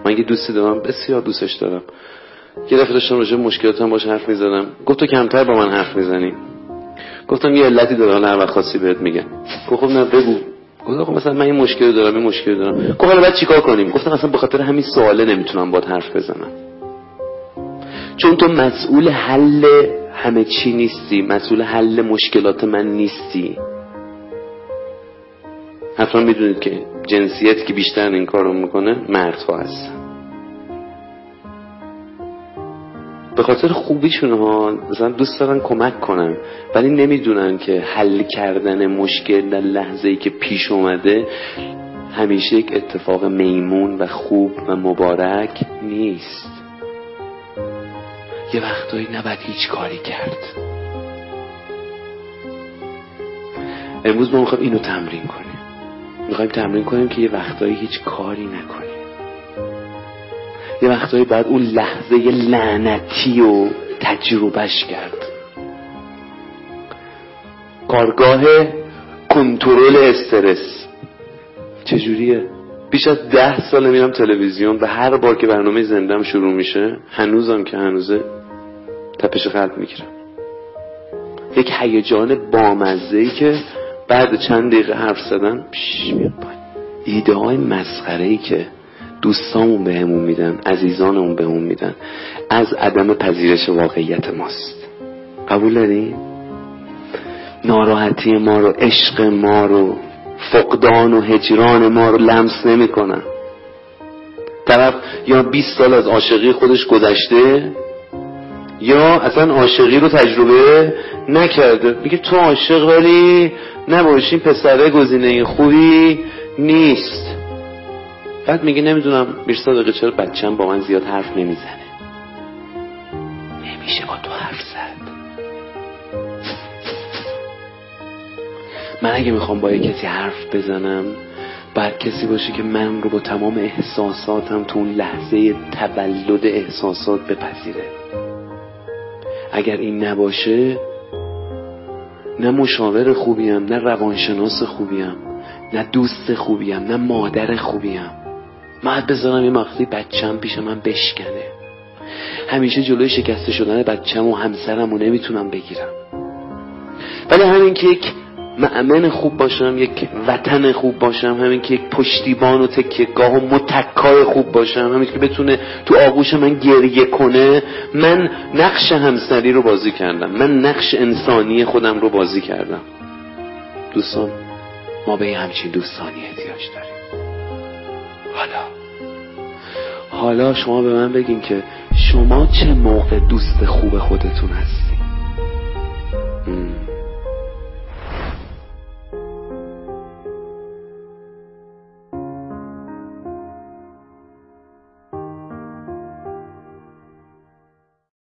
من یه دوستی دارم بسیار دوستش دارم. یه دفعه داشتم راجع به مشکلاتم باهاش حرف می‌زدم. گفت تو کمتر با من حرف می‌زنی. گفتم یه علتی داره، حالا هر وقت خاصی بهت میگم. گفت خب نه بگو. گفتم خب مثلا من این مشکل دارم. گفت حالا بعد چیکار کنیم؟ گفتم اصلا به خاطر همین سواله نمیتونم باهات حرف بزنم. چون تو مسئول حل همه چی نیستی، مسئول حل مشکلات من نیستی. حتما میدونید که جنسیتی که بیشتر این کارو میکنه مردها هستن. به خاطر خوبیشون ها مثلا دوست دارن کمک کنن، ولی نمیدونن که حل کردن مشکل در لحظه‌ای که پیش اومده همیشه یک اتفاق میمون و خوب و مبارک نیست. یه وقتایی نباید هیچ کاری کرد. امروز ما میخوایم اینو تمرین کنیم. میخوایم تمرین کنیم که یه وقتایی هیچ کاری نکنیم. یه وقتایی بعد اون لحظه لعنتی رو تجربهش کرد. کارگاه کنترل استرس چجوریه؟ بیش از 10 سال میرم تلویزیون و هر بار که برنامه زندم شروع میشه هنوزم که هنوزه تپش قلب میگیرم. یک هیجان بامزه‌ای که بعد چند دقیقه حرف زدن میاد پایین. ایده های مسخره‌ای که دوستامون بهمون میدن، عزیزانمون بهمون میدن، از عدم پذیرش واقعیت ماست. قبول دارین؟ ناراحتی ما رو، عشق ما رو، فقدان و هجران ما رو لمس نمی کنن. طرف یا 20 سال از عاشقی خودش گذشته یا اصلا عاشقی رو تجربه نکرده. میگه تو عاشق ولی نباشی پسره گزینه خوبی نیست. بعد میگه نمیدونم میرصادقه چرا بچه‌م با من زیاد حرف نمیزنه. نمیشه با تو حرف زد. من اگه میخوام با کسی حرف بزنم باید کسی باشه که من رو با تمام احساساتم تو اون لحظه تولد احساسات بپذیره. اگر این نباشه نه مشاور خوبیم، نه روانشناس خوبیم، نه دوست خوبیم، نه مادر خوبیم. من بذارم یه وقتی بچه‌م پیش من بشکنه. همیشه جلوی شکسته شدن بچه‌م و همسرم رو نمیتونم بگیرم. ولی همین که یک مأمن خوب باشم، یک وطن خوب باشم، همین که یک پشتیبان و تکیه‌گاه و متکای خوب باشم، همین که بتونه تو آغوش من گریه کنه، من نقش همسری رو بازی کردم، من نقش انسانی خودم رو بازی کردم. دوستان ما به همچین دوستانی احتیاج داریم. حالا شما به من بگین که شما چه موقع دوست خوب خودتون